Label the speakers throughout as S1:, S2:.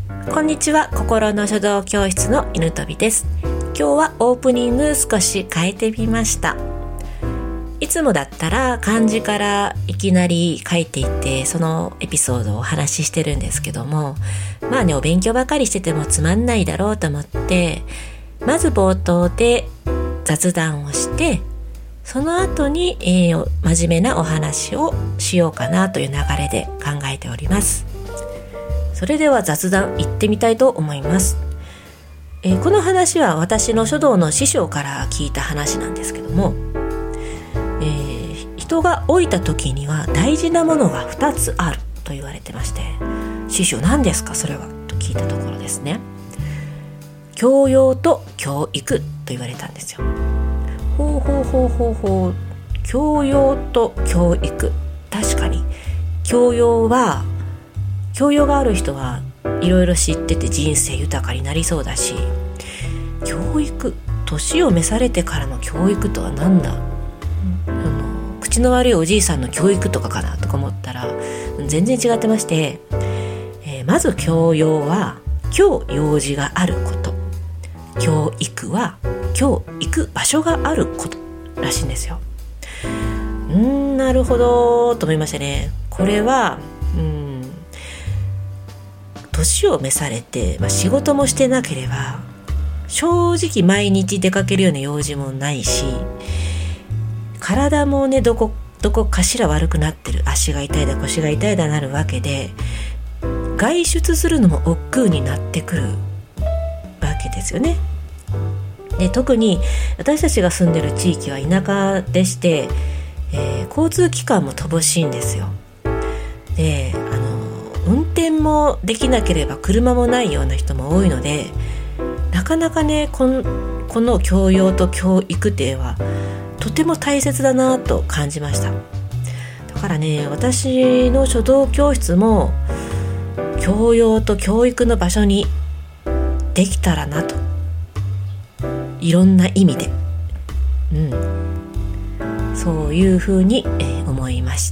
S1: こんにちは、心の書道教室の犬飛です。今日はオープニング少し変えてみました。いつもだったら漢字からいきなり書いていってそのエピソードをお話ししてるんですけども、お勉強ばかりしててもつまんないだろうと思って、まず冒頭で雑談をして、その後に、真面目なお話をしようかなという流れで考えております。それでは雑談行ってみたいと思います。この話は私の書道の師匠から聞いた話なんですけども、人が老いた時には大事なものが2つあると言われてまして、師匠何ですかそれはと聞いたところですね、教養と教育と言われたんですよ。ほう、教養と教育、確かに教養がある人はいろいろ知ってて人生豊かになりそうだし、教育、年を召されてからの教育とはなんだ、口の悪いおじいさんの教育とかかなとか思ったら全然違ってまして、まず教養は教養事があること、教育は今日行く場所があることらしいんですよ。なるほどと思いましたね。これは年を召されて、仕事もしてなければ正直毎日出かけるような用事もないし、体もねどこかしら悪くなってる、足が痛いだ腰が痛いだなるわけで、外出するのも億劫になってくるわけですよね。で、特に私たちが住んでる地域は田舎でして、交通機関も乏しいんですよ。で、運転もできなければ車もないような人も多いので、なかなかねこの教養と教育ってはとても大切だなと感じました。だからね、私の書道教室も教養と教育の場所にできたらなと、いろんな意味で、そういうふうに、思いました。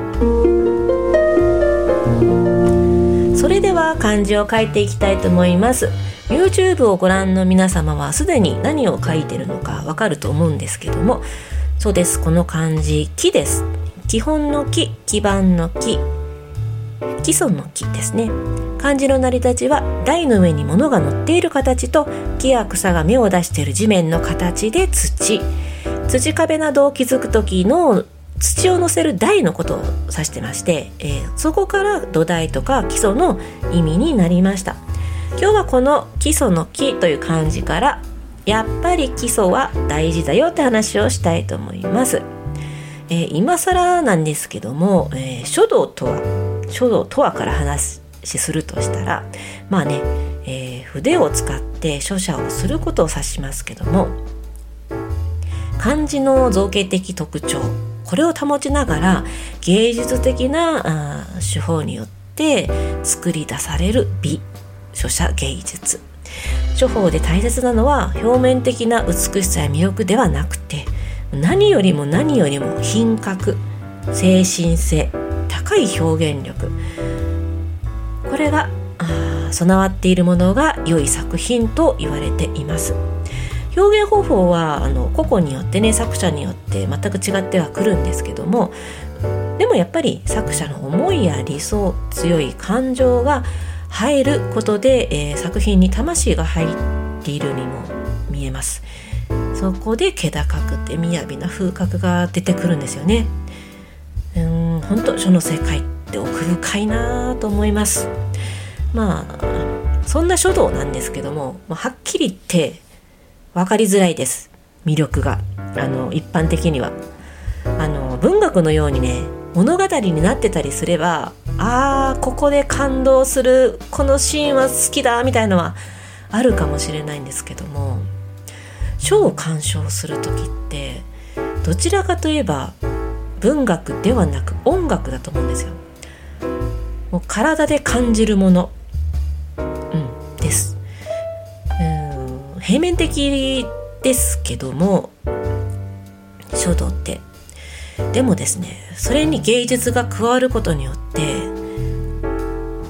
S1: それでは漢字を書いていきたいと思います。 YouTube をご覧の皆様はすでに何を書いているのかわかると思うんですけども、そうです、この漢字木です。基本の木、基盤の木、基礎の木ですね。漢字の成り立ちは台の上に物が乗っている形と木や草が芽を出している地面の形で土壁などを築く時の土を乗せる台のことを指してまして、そこから土台とか基礎の意味になりました。今日はこの基礎の木という漢字からやっぱり基礎は大事だよって話をしたいと思います。今更なんですけども、書道とはから話するとしたら、筆を使って書写をすることを指しますけども、漢字の造形的特徴、これを保ちながら芸術的な手法によって作り出される美、書写芸術。書法で大切なのは表面的な美しさや魅力ではなくて、何よりも品格、精神性、高い表現力、これが備わっているものが良い作品と言われています。表現方法は個々によってね、作者によって全く違ってはくるんですけども、でもやっぱり作者の思いや理想、強い感情が入ることで、作品に魂が入っているにも見えます。そこで気高くて雅な風格が出てくるんですよね。本当書の世界って奥深いなと思います。そんな書道なんですけども、はっきり言って分かりづらいです、魅力が。一般的には文学のようにね、物語になってたりすれば、ここで感動する、このシーンは好きだみたいのはあるかもしれないんですけども、書を鑑賞する時ってどちらかといえば文学ではなく音楽だと思うんですよ。もう体で感じるもの、です。平面的ですけども、書道ってでもですね、それに芸術が加わることによって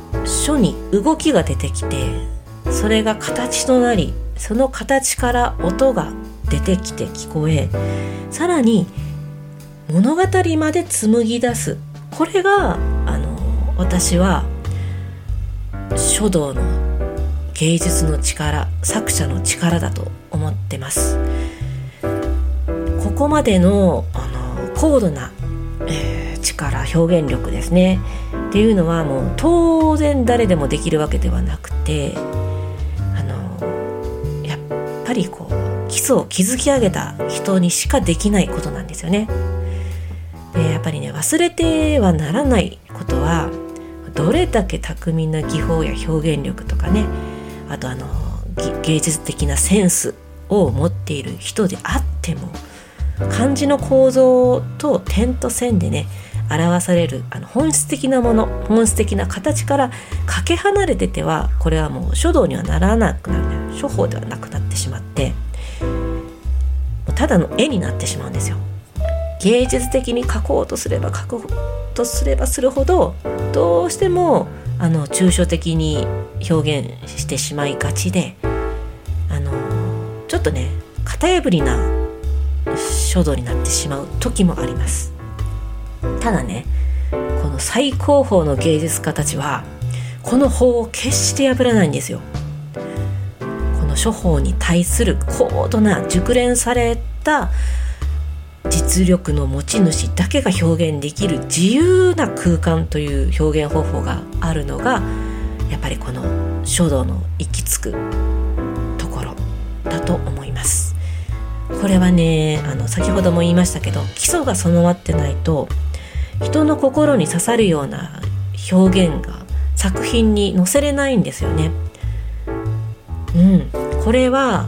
S1: 書に動きが出てきて、それが形となり、その形から音が出てきて聞こえ、さらに物語まで紡ぎ出す。これが私は書道の芸術の力、作者の力だと思ってます。ここまでの高度な、力、表現力ですねっていうのはもう当然誰でもできるわけではなくて、やっぱりこう基礎を築き上げた人にしかできないことなんですよね。でやっぱりね、忘れてはならないことは、どれだけ巧みな技法や表現力とかね、あと芸術的なセンスを持っている人であっても、漢字の構造と点と線でね表される本質的なもの、本質的な形からかけ離れてては、これはもう書道にはならなくなる、書法ではなくなってしまって、ただの絵になってしまうんですよ。芸術的に描こうとすればするほど、どうしても抽象的に表現してしまいがちで、ちょっとね型破りな書道になってしまう時もあります。ただね、この最高峰の芸術家たちはこの法を決して破らないんですよ。この書法に対する高度な熟練された実力の持ち主だけが表現できる自由な空間という表現方法があるのが、やっぱりこの書道の行き着くところだと思います。これはね、先ほども言いましたけど、基礎が備わってないと人の心に刺さるような表現が作品に載せれないんですよね。これは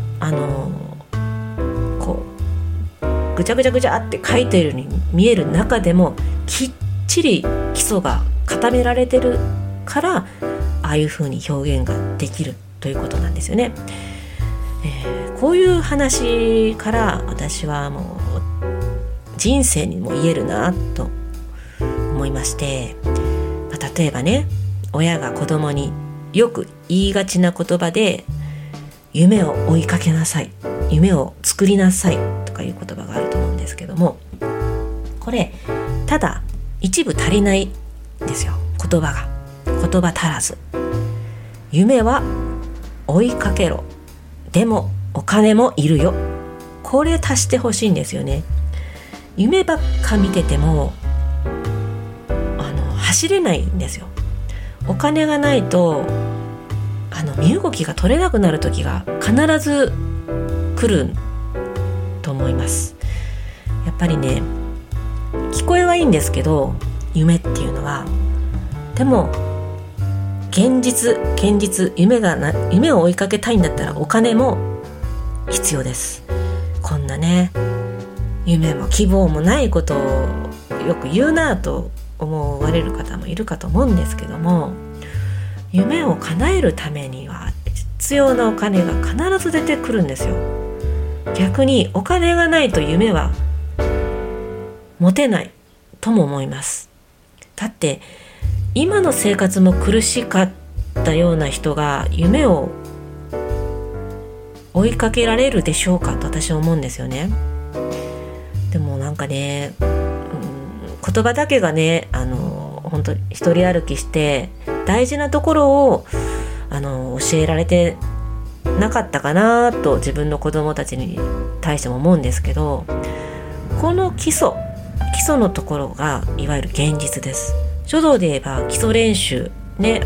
S1: こうぐちゃぐちゃぐちゃって書いているように見える中でも、きっちり基礎が固められてるから、ああいう風に表現ができるということなんですよね。こういう話から私はもう人生にも言えるなと思いまして、例えばね、親が子供によく言いがちな言葉で、夢を追いかけなさい、夢を作りなさいとかいう言葉があると思うんですけども、これただ一部足りないんですよ。言葉足らず。夢は追いかけろ、でもお金もいるよ、これ足してほしいんですよね。夢ばっか見てても走れないんですよ。お金がないと身動きが取れなくなる時が必ず来ると思います。やっぱりね、聞こえはいいんですけど、夢っていうのは、でも現実、夢を追いかけたいんだったらお金も必要です。こんなね、夢も希望もないことをよく言うなと思われる方もいるかと思うんですけども、夢を叶えるためには必要なお金が必ず出てくるんですよ。逆にお金がないと夢は持てないとも思います。だって今の生活も苦しかったような人が夢を追いかけられるでしょうかと私は思うんですよね。でもなんかね、言葉だけがね、本当一人歩きして大事なところを教えられてなかったかなと自分の子供たちに対しても思うんですけど、この基礎のところがいわゆる現実です。書道で言えば基礎練習ね、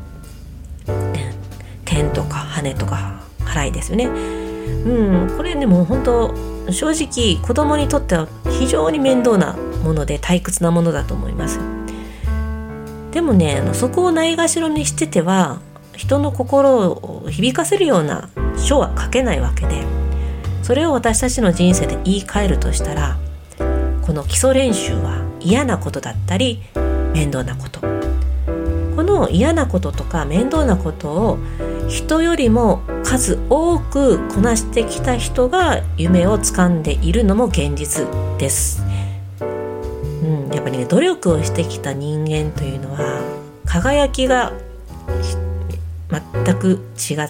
S1: 点とか羽とか払いですよね。これね、もう本当正直子供にとっては非常に面倒なもので退屈なものだと思います。でもね、そこをないがしろにしてては人の心を響かせるような書は書けないわけで、それを私たちの人生で言い換えるとしたら、この基礎練習は嫌なことだったり面倒なこと、この嫌なこととか面倒なことを人よりも数多くこなしてきた人が夢を掴んでいるのも現実です。やっぱりね、努力をしてきた人間というのは輝きが全く違って、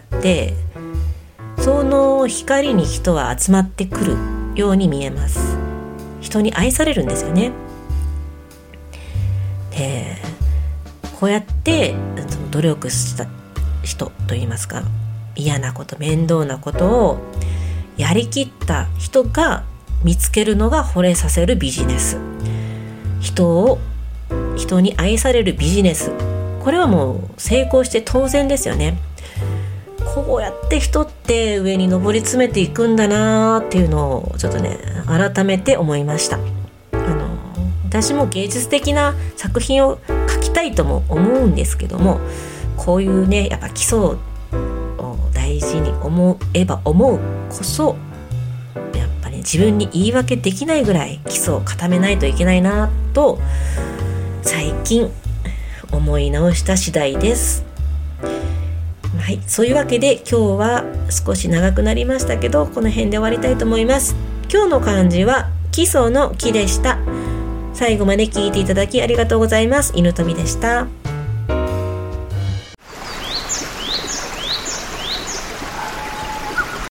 S1: その光に人は集まってくるように見えます。人に愛されるんですよね。でこうやって努力した人といいますか、嫌なこと、面倒なことをやりきった人が見つけるのが惚れさせるビジネス。人に愛されるビジネス、これはもう成功して当然ですよね。こうやって人って上に上り詰めていくんだなっていうのをちょっとね改めて思いました。私も芸術的な作品を描きたいとも思うんですけども、こういうねやっぱ基礎を大事に思えば思うこそ、やっぱり自分に言い訳できないぐらい基礎を固めないといけないなと最近思い直した次第です。はい、そういうわけで今日は少し長くなりましたけど、この辺で終わりたいと思います。今日の漢字は基礎の木でした。最後まで聞いていただきありがとうございます。犬飛でした。